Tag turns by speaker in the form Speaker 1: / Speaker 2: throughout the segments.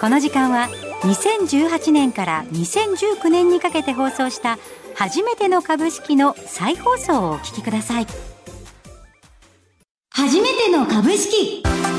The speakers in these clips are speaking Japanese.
Speaker 1: この時間は2018年から2019年にかけて放送した初めての株式の再放送をお聞きください。初めての株式。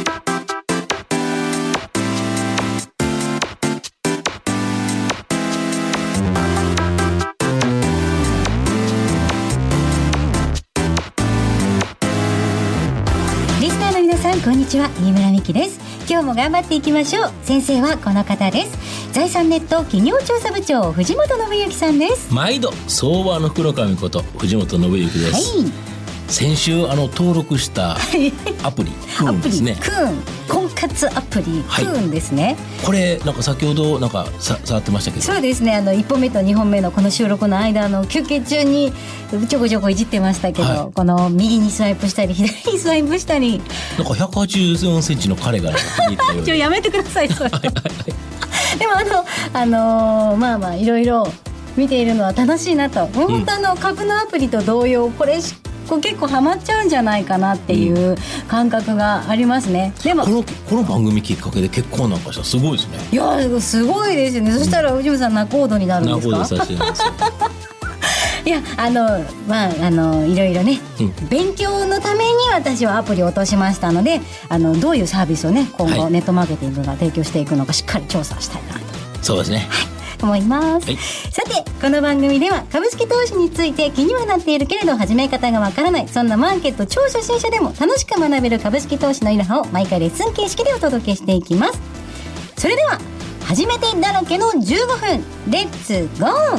Speaker 1: リスナーの皆さん、こんにちは。新村美希です。今日も頑張っていきましょう。先生はこの方です。財産ネット企業調査部長、藤本信之さんです。
Speaker 2: 毎度相場の黒髪こと藤本信之です、はい、先週登録したアプリクーンですね。
Speaker 1: クーン、婚活アプリ、はい、クーンですね。
Speaker 2: これなんか先ほどなんか触ってましたけど。
Speaker 1: そうですね、1本目と2本目のこの収録の間の休憩中にちょこちょこいじってましたけど、はい、この右にスワイプしたり左にスワイプしたり、
Speaker 2: なんか184センチの彼が
Speaker 1: やめてくださいそれでもまあまあいろいろ見ているのは楽しいなと、本当株のアプリと同様これ結構ハマっちゃうんじゃないかなっていう感覚がありますね。でも
Speaker 2: この番組きっかけで結婚なんかしたらすごいですね。
Speaker 1: いやすごいですよね。そしたら藤本さん仲人になるんですか。
Speaker 2: 仲人させてます
Speaker 1: いやいろいろね、勉強のために私はアプリを落としましたので、どういうサービスをね今後ネットマーケティングが提供していくのかしっかり調査したいなと。
Speaker 2: そうですね、
Speaker 1: 思います、
Speaker 2: はい、
Speaker 1: さてこの番組では株式投資について気にはなっているけれど始め方がわからない、そんなマーケット超初心者でも楽しく学べる株式投資のいろはを毎回レッスン形式でお届けしていきます。それでは初めてだらけの15分レッツゴー。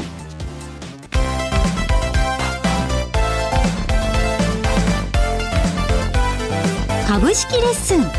Speaker 1: 株式レッスン1、2、3。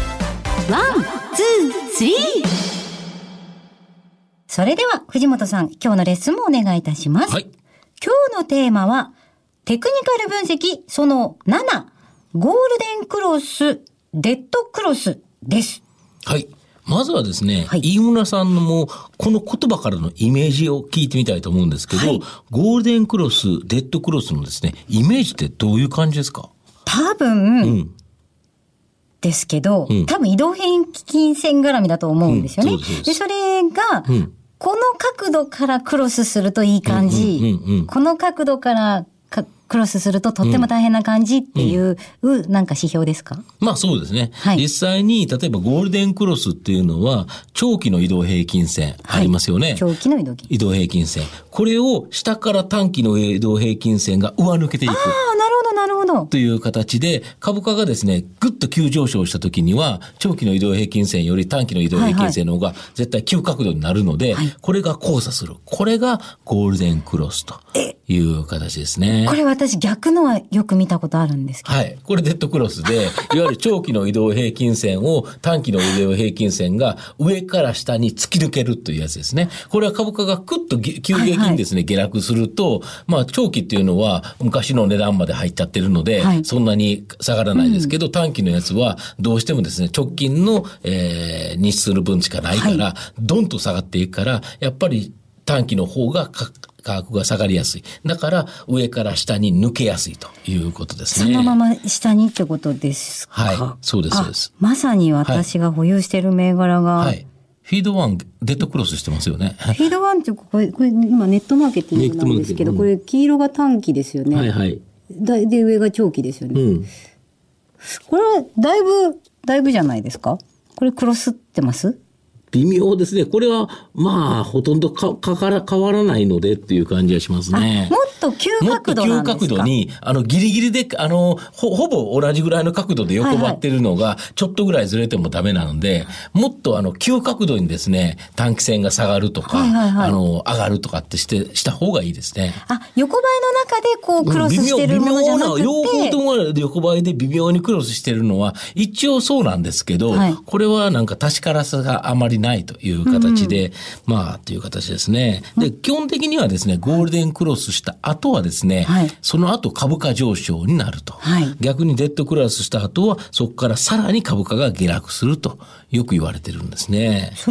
Speaker 1: それでは藤本さん、今日のレッスンもお願いいたします、はい、今日のテーマはテクニカル分析その7、ゴールデンクロスレッドクロスです。
Speaker 2: はい、まずはですね、はい、飯村さんのもこの言葉からのイメージを聞いてみたいと思うんですけど、はい、ゴールデンクロスレッドクロスのですねイメージってどういう感じですか。
Speaker 1: 多分、ですけど、多分移動平均線絡みだと思うんですよね。でそれが、この角度からクロスするといい感じ、この角度からクロスするととっても大変な感じっていう、なんか指標ですか。
Speaker 2: まあそうですね、はい、実際に例えばゴールデンクロスっていうのは長期の移動平均線ありますよね、
Speaker 1: はい、長期の移動平均線、
Speaker 2: これを下から短期の移動平均線が上抜けていく。
Speaker 1: なるほど
Speaker 2: という形で株価がですねぐっと急上昇した時には長期の移動平均線より短期の移動平均線の方が絶対急角度になるので、これが交差する、これがゴールデンクロスという形ですね。
Speaker 1: これ私逆のはよく見たことあるんですけど、
Speaker 2: はい、これデッドクロスでいわゆる長期の移動平均線を短期の移動平均線が上から下に突き抜けるというやつですね。これは株価がクッと急激にですね、下落すると、まあ長期っていうのは昔の値段まで入っちゃってるので、そんなに下がらないですけど、短期のやつはどうしてもですね直近の、日数の分しかないから、ドンと下がっていくから、やっぱり短期の方が価格が下がりやすい。だから上から下に抜けやすいということですね。
Speaker 1: そのまま下にってことですか。
Speaker 2: はい、そうですそうです。
Speaker 1: まさに私が保有している銘柄が、
Speaker 2: はい、フィードワンデッドクロスしてますよね。
Speaker 1: フィードワンってこれ今ネットマーケティングなんですけど、これ黄色が短期ですよね。はいはい。で上が長期ですよね。これはだいぶじゃないですか。これクロスってます？
Speaker 2: 微妙ですね。これはまあほとんど変わらないのでっていう感じがしますね。
Speaker 1: もっと急角度なんですか。もっと急角度にギリギリでほぼ同じぐらいの角度で横ばってるのがちょっとぐらいずれてもダメなので、もっと急角度にですね短期線が下がるとか、上がるとかってした方がいいですね。 横ばいの中でこうクロスしてるものじゃなくて、
Speaker 2: 両方とも横ばいで微妙にクロスしてるのは一応そうなんですけど、これはなんか確からさがあまりないという形で、まあという形ですね。で基本的にはですねゴールデンクロスした後はですね、その後株価上昇になると、逆にデッドクロスした後はそこからさらに株価が下落するとよく言われてるんですね。
Speaker 1: それって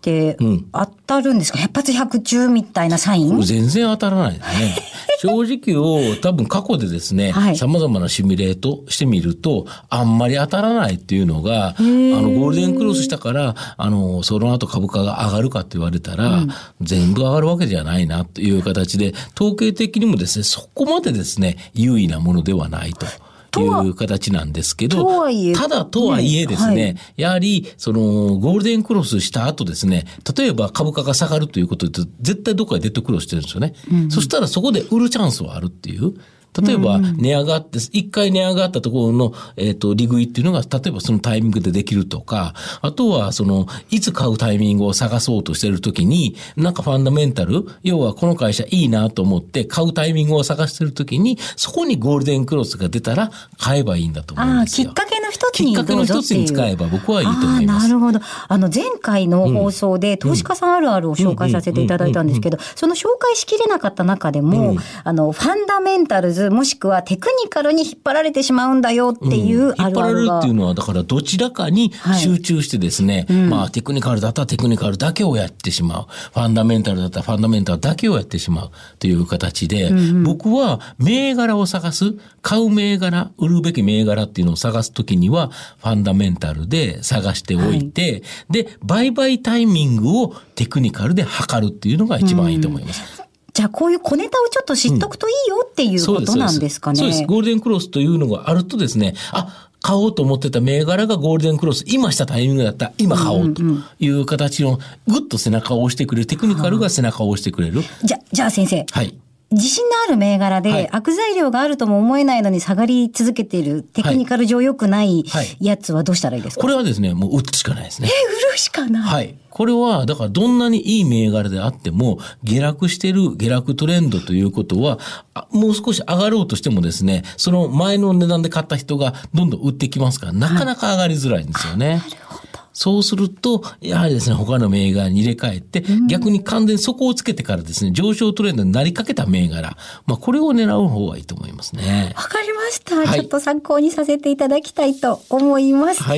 Speaker 3: って当たるんですか？百発百中みたいなサイン？
Speaker 2: 全然当たらないですね。正直を多分過去でですね、様々なシミュレートしてみると、あんまり当たらないっていうのが、ゴールデンクロスしたから、その後株価が上がるかって言われたら、全部上がるわけじゃないなという形で、統計的にもですね、そこまでですね、優位なものではないと。いう形なんですけど、ただとはいえですね、やはり、ゴールデンクロスした後ですね、例えば株価が下がるということで、絶対どこかでデッドクロスしてるんですよね。そしたらそこで売るチャンスはあるっていう。例えば、値上がって、一回値上がったところの、利食いっていうのが、例えばそのタイミングでできるとか、あとは、いつ買うタイミングを探そうとしているときに、なんかファンダメンタル、要はこの会社いいなと思って買うタイミングを探しているときに、そこにゴールデンクロスが出たら買えばいいんだと思うんですよ。
Speaker 3: きっかけの一つにどうぞっていう。
Speaker 2: きっかけの一つに使えば僕はいいと思います。
Speaker 3: なるほど。前回の放送で、投資家さんあるあるを紹介させていただいたんですけど、その紹介しきれなかった中でも、ファンダメンタルズもしくはテクニカルに引っ張られてしまうんだよっていうあるあるが、
Speaker 2: 引っ張られるっていうのはだからどちらかに集中してですね、テクニカルだったらテクニカルだけをやってしまう、ファンダメンタルだったらファンダメンタルだけをやってしまうという形で、僕は銘柄を探す、買う銘柄、売るべき銘柄っていうのを探すときにはファンダメンタルで探しておいて、で売買タイミングをテクニカルで測るっていうのが一番いいと思います。
Speaker 3: じゃあこういう小ネタをちょっと知っとくといいよっていうことなんですかね。
Speaker 2: そうです。ゴールデンクロスというのがあるとですね、買おうと思ってた銘柄がゴールデンクロス、今したタイミングだったら今買おうという形のぐっと背中を押してくれる、テクニカルが背中を押してくれる。
Speaker 3: じゃあ先生。
Speaker 2: はい。
Speaker 3: 自信のある銘柄で、悪材料があるとも思えないのに下がり続けている、テクニカル上良くないやつはどうしたらいいですか？
Speaker 2: これはですね、もう売るしかないですね。
Speaker 3: 売るしかない。
Speaker 2: はい。これは、だからどんなにいい銘柄であっても、下落してる下落トレンドということは、もう少し上がろうとしてもですね、その前の値段で買った人がどんどん売ってきますから、なかなか上がりづらいんですよね。
Speaker 3: なるほど。
Speaker 2: そうすると、やはりですね、他の銘柄に入れ替えて、逆に完全に底をつけてからですね、上昇トレンドになりかけた銘柄、これを狙う方がいいと思いますね。
Speaker 3: わかりました。ちょっと参考にさせていただきたいと思います。
Speaker 2: はい。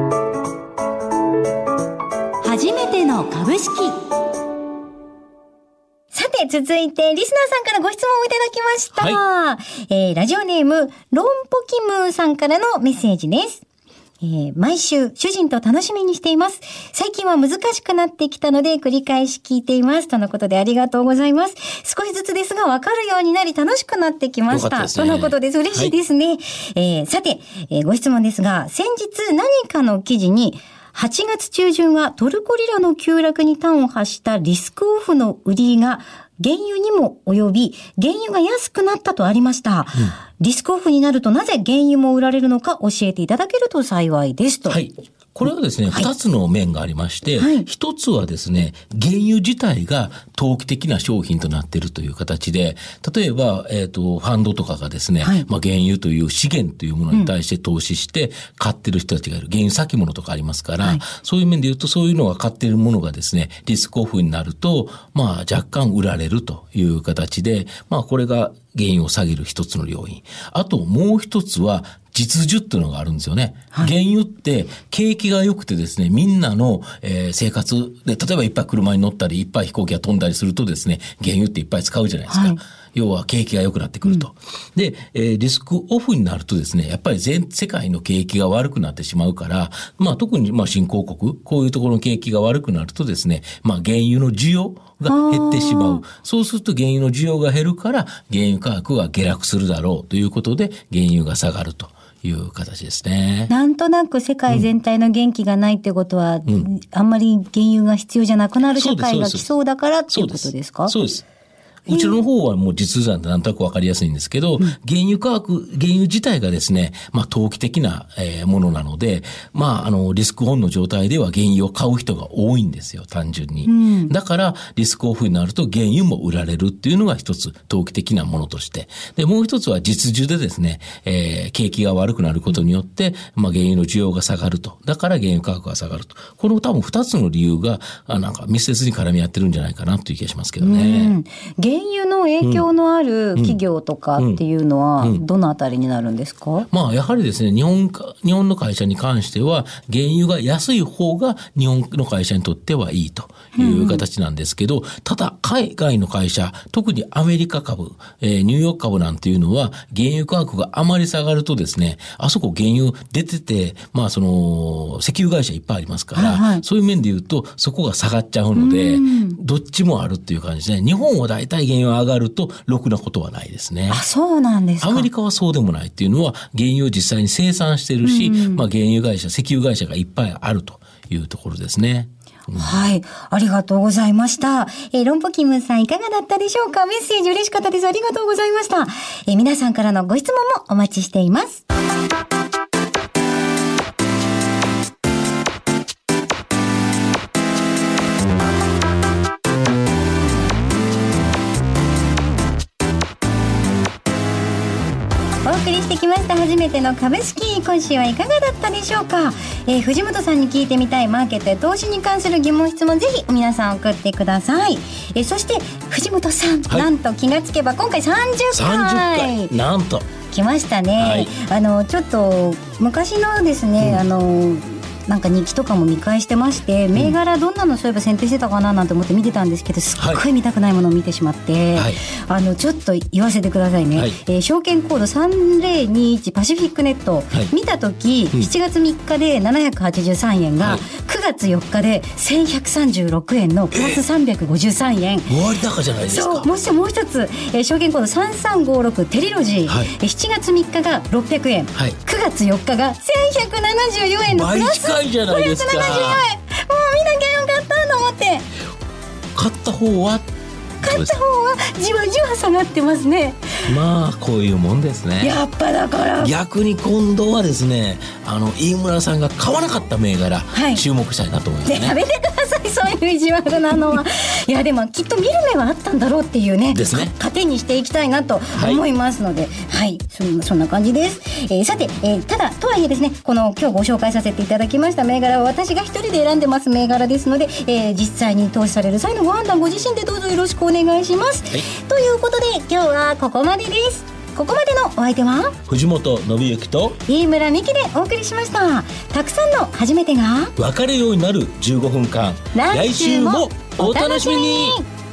Speaker 3: 初めての株式。さて、続いて、リスナーさんからご質問をいただきました。ラジオネーム、ロンポキムーさんからのメッセージです。毎週主人と楽しみにしています。最近は難しくなってきたので繰り返し聞いています。とのことでありがとうございます。少しずつですが分かるようになり楽しくなってきました。とのことです。嬉しいですね。さて、ご質問ですが、先日何かの記事に8月中旬はトルコリラの急落に端を発したリスクオフの売りが原油にも及び、原油が安くなったとありました。リスクオフになるとなぜ原油も売られるのか教えていただけると幸いですと。
Speaker 2: はい。これはですね、二つの面がありまして、一つはですね、原油自体が投機的な商品となっているという形で、例えば、ファンドとかがですね、原油という資源というものに対して投資して買ってる人たちがいる。原油先物とかありますから、そういう面で言うと、そういうのが買っているものがですね、リスクオフになると、若干売られるという形で、これが原油を下げる一つの要因。あともう一つは、実需っていうのがあるんですよね。原油って景気が良くてですね、みんなの、生活で、例えばいっぱい車に乗ったり、いっぱい飛行機が飛んだりするとですね、原油っていっぱい使うじゃないですか。要は景気が良くなってくると。で、リスクオフになるとですね、やっぱり全世界の景気が悪くなってしまうから、特に新興国、こういうところの景気が悪くなるとですね、原油の需要が減ってしまう。そうすると原油の需要が減るから、原油価格が下落するだろうということで、原油が下がるという形ですね。
Speaker 3: なんとなく世界全体の元気がないってことは、あんまり原油が必要じゃなくなる社会が来そうだからっていうことですか？
Speaker 2: そうです。うちの方はもう実算でなんとなくわかりやすいんですけど、原油自体がですね、投機的なものなので、リスクオンの状態では原油を買う人が多いんですよ、単純に。だから、リスクオフになると原油も売られるっていうのが一つ、投機的なものとして。で、もう一つは実需でですね、景気が悪くなることによって、原油の需要が下がると。だから原油価格が下がると。この多分二つの理由が、密接に絡み合ってるんじゃないかなという気がしますけどね。
Speaker 3: 原原油の影響のある企業とかっていうのはどのあたりになるんですか？
Speaker 2: まあやはりですね、日本の会社に関しては原油が安い方が日本の会社にとってはいいという形なんですけど、ただ海外の会社、特にアメリカ株、ニューヨーク株なんていうのは原油価格があまり下がるとですね、あそこ原油出てて、まあその石油会社いっぱいありますから、はいはい、そういう面で言うとそこが下がっちゃうので、どっちもあるっていう感じですね。日本はだいたい原油上がるとろくなことはないですね。
Speaker 3: あ、そうなんですか。
Speaker 2: アメリカはそうでもないっていうのは原油を実際に生産してるし、まあ原油会社、石油会社がいっぱいあるというところですね。
Speaker 3: はい。ありがとうございました。ロンポキムさんいかがだったでしょうか？メッセージ嬉しかったです。ありがとうございました。皆さんからのご質問もお待ちしています。お送りしてきました初めての株式、今週はいかがだったでしょうか？藤本さんに聞いてみたいマーケットや投資に関する疑問質問、ぜひ皆さん送ってください。そして藤本さん、はい、なんと気がつけば今回30回
Speaker 2: なんと
Speaker 3: 来ましたね、はい、ちょっと昔のですね、なんか日記とかも見返してまして、銘柄どんなのそういえば選定してたかななんて思って見てたんですけど、すっごい見たくないものを見てしまって、はい、ちょっと言わせてくださいね、はい、証券コード3021パシフィックネット、はい、見た時、7月3日で783円が、9月4日で1136円のプラス353円、
Speaker 2: 終わり高じゃないですか。
Speaker 3: そう、もう一つ、証券コード3356テリロジー、はい、7月3日が600円、はい、9月4日が1174円のプラス
Speaker 2: 倍近いじゃないですか。
Speaker 3: 574円、もう見なきゃよかったと思って。
Speaker 2: 買った方は
Speaker 3: じわじわ下がってますね。
Speaker 2: まあこういうもんですね。
Speaker 3: やっぱだから
Speaker 2: 逆に今度はですね、飯村さんが買わなかった銘柄、はい、注目したいなと思いますね。
Speaker 3: やめてください、そういう意地悪なのは。いやでもきっと見る目はあったんだろうっていうね、
Speaker 2: ですね、
Speaker 3: 糧にしていきたいなと思いますので、はい、そんな感じです。さて、ただとはいえですね、この今日ご紹介させていただきました銘柄は私が一人で選んでます銘柄ですので、実際に投資される際のご判断ご自身でどうぞよろしくお願いします。はい、ということで今日はここまでです。ここまでのお相手は
Speaker 2: 藤本信之と
Speaker 3: 飯村美希でお送りしました。たくさんの初めてが
Speaker 2: 分かるようになる15分間、来週もお楽しみに。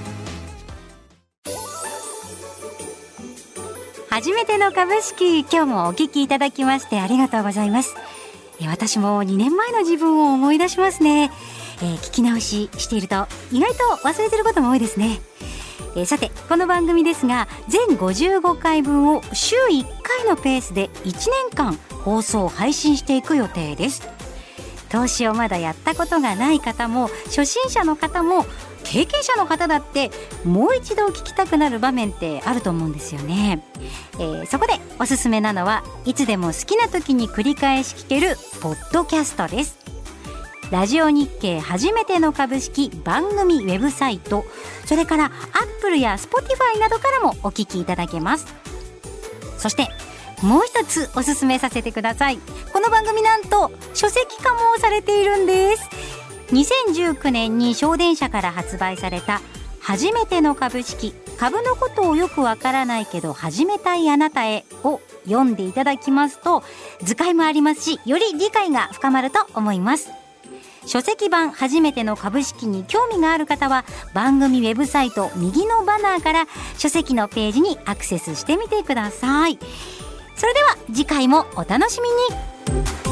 Speaker 3: 初めての株式、今日もお聞きいただきましてありがとうございます。私も2年前の自分を思い出しますね。聞き直ししていると意外と忘れてることも多いですね。さてこの番組ですが、全55回分を週1回のペースで1年間放送配信していく予定です。投資をまだやったことがない方も、初心者の方も経験者の方だってもう一度聞きたくなる場面ってあると思うんですよね。そこでおすすめなのはいつでも好きな時に繰り返し聞けるポッドキャストです。ラジオ日経初めての株式番組ウェブサイト、それからアップルやスポティファイなどからもお聞きいただけます。そしてもう一つおすすめさせてください。この番組なんと書籍化もされているんです。2019年に小電社から発売された初めての株式、株のことをよくわからないけど始めたいあなたへを読んでいただきますと、図解もありますし、より理解が深まると思います。書籍版初めての株式に興味がある方は、番組ウェブサイト右のバナーから書籍のページにアクセスしてみてください。それでは次回もお楽しみに。